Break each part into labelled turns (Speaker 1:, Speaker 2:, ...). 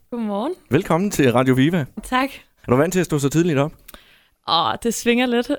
Speaker 1: Godmorgen.
Speaker 2: Velkommen til Radio Viva.
Speaker 1: Tak.
Speaker 2: Er du vant til at stå så tidligt op?
Speaker 1: Det svinger lidt.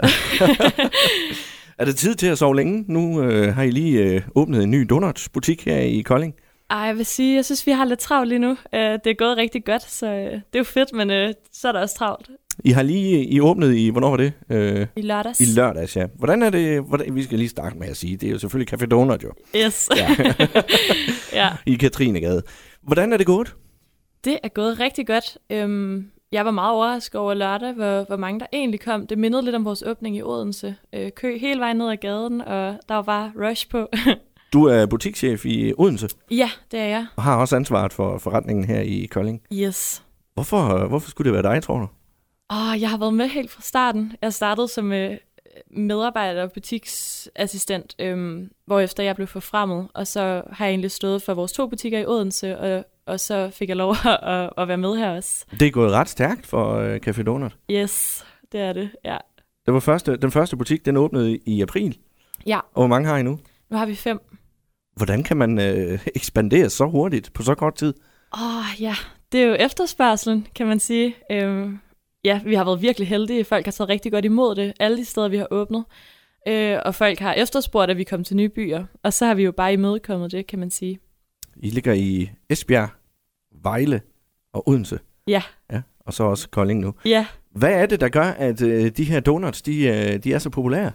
Speaker 2: Er det tid til at sove længe? Nu har I lige åbnet en ny donutsbutik her i Kolding.
Speaker 1: Jeg vil sige, jeg synes, vi har lidt travlt lige nu. Det er gået rigtig godt, så det er jo fedt, men så er der også travlt.
Speaker 2: I har lige åbnet i, hvornår var det?
Speaker 1: I lørdags.
Speaker 2: I lørdags, ja. Hvordan er det? Vi skal lige starte med at sige, det er jo selvfølgelig Café Donut, jo.
Speaker 1: Yes.
Speaker 2: Ja.
Speaker 1: Ja.
Speaker 2: I Katrinegade. Hvordan er det gået?
Speaker 1: Det er gået rigtig godt. Jeg var meget overrasket over lørdag, hvor mange der egentlig kom. Det mindede lidt om vores åbning i Odense. Kø hele vejen ned ad gaden, og der var bare rush på.
Speaker 2: Du er butikschef i Odense.
Speaker 1: Ja, det er jeg.
Speaker 2: Og har også ansvaret for forretningen her i Kolding.
Speaker 1: Yes.
Speaker 2: Hvorfor skulle det være dig, tror du?
Speaker 1: Jeg har været med helt fra starten. Jeg startede som medarbejder og butiksassistent, hvorefter jeg blev forfremmet. Og så har jeg egentlig stået for vores 2 butikker i Odense, og så fik jeg lov at være med her også.
Speaker 2: Det er gået ret stærkt for Café Donut.
Speaker 1: Yes, det er det, ja.
Speaker 2: Det var den første butik, den åbnede i april.
Speaker 1: Ja.
Speaker 2: Og hvor mange har I nu?
Speaker 1: Nu har vi 5.
Speaker 2: Hvordan kan man ekspandere så hurtigt på så kort tid?
Speaker 1: Ja, det er jo efterspørgselen, kan man sige. Ja, vi har været virkelig heldige. Folk har taget rigtig godt imod det, alle de steder, vi har åbnet. Og folk har efterspurgt, at vi kom til nye byer. Og så har vi jo bare imødekommet det, kan man sige.
Speaker 2: I ligger i Esbjerg, Vejle og Odense.
Speaker 1: Ja.
Speaker 2: Ja, og så også Kolding nu.
Speaker 1: Ja.
Speaker 2: Hvad er det, der gør, at de her donuts, de er så populære?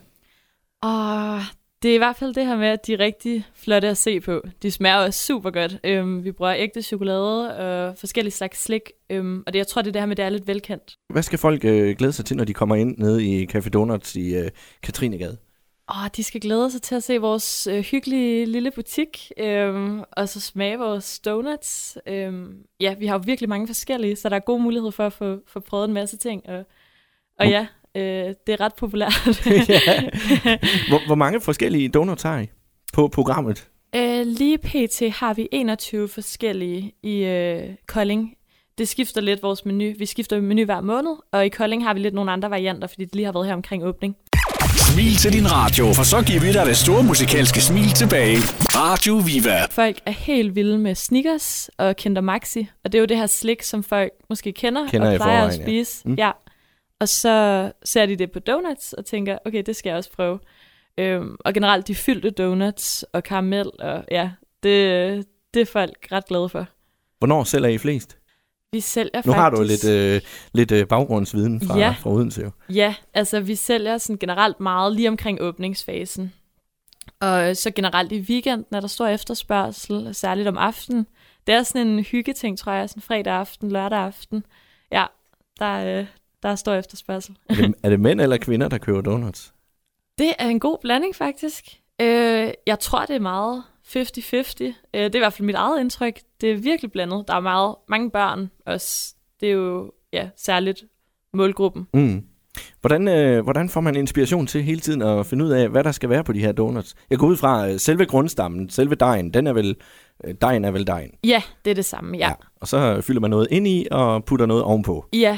Speaker 1: Det er i hvert fald det her med, at de er rigtig flotte at se på. De smager også super godt. Vi bruger ægte chokolade og forskellige slags slik. Og jeg tror, det er det her med, at det er lidt velkendt.
Speaker 2: Hvad skal folk glæde sig til, når de kommer ind nede i Café Donuts i Katrinegade?
Speaker 1: De skal glæde sig til at se vores hyggelige lille butik, og så smage vores donuts. Ja, vi har jo virkelig mange forskellige, så der er god mulighed for at få prøvet en masse ting. Og ja, det er ret populært.
Speaker 2: Ja. Hvor mange forskellige donuts har I på programmet?
Speaker 1: Lige pt. har vi 21 forskellige i Kolding. Det skifter lidt vores menu. Vi skifter menu hver måned, og i Kolding har vi lidt nogle andre varianter, fordi det lige har været her omkring åbning.
Speaker 3: Smil til din radio, for så giver vi dig det store musikalske smil tilbage. Radio Viva.
Speaker 1: Folk er helt vilde med Snickers og Kinder Maxi, og det er jo det her slik, som folk måske kender og plejer at spise. Ja. Og så ser de det på donuts og tænker, okay, det skal jeg også prøve. Og generelt de fyldte donuts og karamel, og ja, det er folk ret glade for.
Speaker 2: Hvornår sælger I flest?
Speaker 1: Vi sælger faktisk...
Speaker 2: Nu har du lidt baggrundsviden fra Odense jo.
Speaker 1: Ja, altså vi sælger sådan generelt meget lige omkring åbningsfasen. Og så generelt i weekenden er der stor efterspørgsel, særligt om aftenen. Det er sådan en hyggeting, tror jeg, sådan fredag aften, lørdag aften. Ja, der er stor efterspørgsel.
Speaker 2: Er det mænd eller kvinder, der køber donuts?
Speaker 1: Det er en god blanding, faktisk. Jeg tror, det er meget 50-50. Det er i hvert fald mit eget indtryk. Det er virkelig blandet. Der er mange børn også. Det er jo særligt målgruppen.
Speaker 2: Mm. Hvordan får man inspiration til hele tiden at finde ud af, hvad der skal være på de her donuts? Jeg går ud fra selve grundstammen, selve dejen. Dejen er vel dejen?
Speaker 1: Ja, det er det samme, ja.
Speaker 2: Og så fylder man noget ind i og putter noget ovenpå.
Speaker 1: Ja,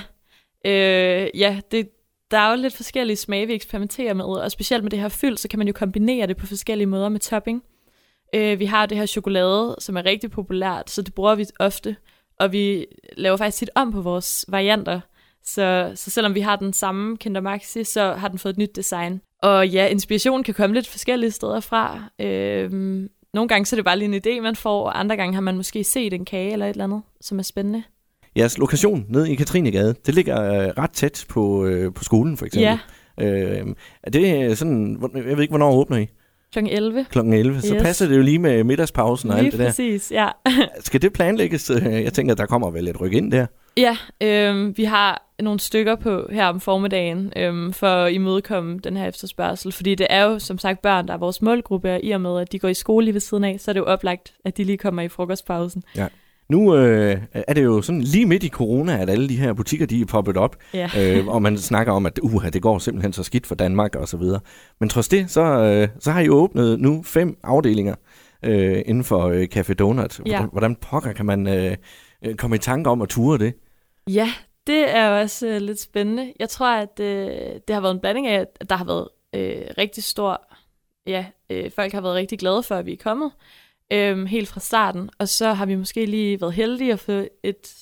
Speaker 1: der er jo lidt forskellige smage, vi eksperimenterer med, og specielt med det her fyld, så kan man jo kombinere det på forskellige måder med topping. Vi har det her chokolade, som er rigtig populært, så det bruger vi ofte, og vi laver faktisk tit om på vores varianter. Så selvom vi har den samme Kinder Maxi, så har den fået et nyt design. Og ja, inspirationen kan komme lidt forskellige steder fra. Nogle gange så er det bare lige en idé, man får, og andre gange har man måske set en kage eller et eller andet, som er spændende.
Speaker 2: Jeres lokation nede i Katrinegade, det ligger ret tæt på skolen for eksempel.
Speaker 1: Ja.
Speaker 2: Er det sådan, jeg ved ikke, hvornår åbner I?
Speaker 1: Klokken 11.
Speaker 2: Klokken 11, så passer det jo lige med middagspausen og
Speaker 1: lige
Speaker 2: alt det der.
Speaker 1: Præcis, ja.
Speaker 2: Skal det planlægges? Jeg tænker, der kommer vel et ryk ind der.
Speaker 1: Ja, vi har nogle stykker på her om formiddagen for at imødekomme den her efterspørgsel, fordi det er jo som sagt børn, der er vores målgruppe, og i og med, at de går i skole lige ved siden af, så er det jo oplagt, at de lige kommer i frokostpausen. Ja.
Speaker 2: Nu er det jo sådan lige midt i corona, at alle de her butikker, de er poppet op, og man snakker om, at det går simpelthen så skidt for Danmark og så videre. Men trods det, så har I åbnet nu 5 afdelinger inden for Café Donut. Hvordan pokker kan man komme i tanke om at ture det?
Speaker 1: Ja, det er jo også lidt spændende. Jeg tror, at det har været en blanding af, at der har været rigtig stor... folk har været rigtig glade for, at vi er kommet helt fra starten. Og så har vi måske lige været heldige at få et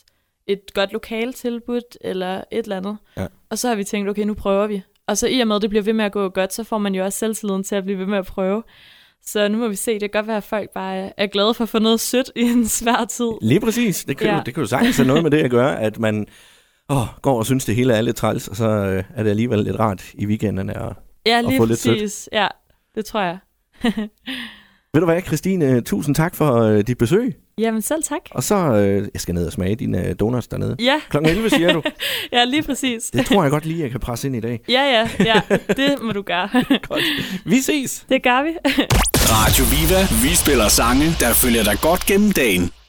Speaker 1: et godt lokale tilbudt, eller et eller andet.
Speaker 2: Ja.
Speaker 1: Og så har vi tænkt, okay, nu prøver vi. Og så i og med, at det bliver ved med at gå godt, så får man jo også selvtilliden til at blive ved med at prøve. Så nu må vi se, det kan godt være, at folk bare er glade for at få noget sødt i en svær tid.
Speaker 2: Lige præcis. Det kan jo sagtens have noget med det at gøre, at man går og synes, det hele er lidt træls, og så er det alligevel lidt rart i weekenderne at få lidt sødt.
Speaker 1: Præcis. Ja, det tror jeg.
Speaker 2: Ved du hvad, Christine? Tusind tak for dit besøg.
Speaker 1: Jamen selv tak.
Speaker 2: Og så, jeg skal ned og smage dine donuts dernede.
Speaker 1: Ja.
Speaker 2: Klokken 11, siger du?
Speaker 1: Ja, lige præcis.
Speaker 2: Det tror jeg godt lige, jeg kan presse ind i dag.
Speaker 1: Ja, det må du gøre.
Speaker 2: Godt. Vi ses.
Speaker 1: Det gør vi.
Speaker 3: Radio Viva. Vi spiller sange, der følger dig godt gennem dagen.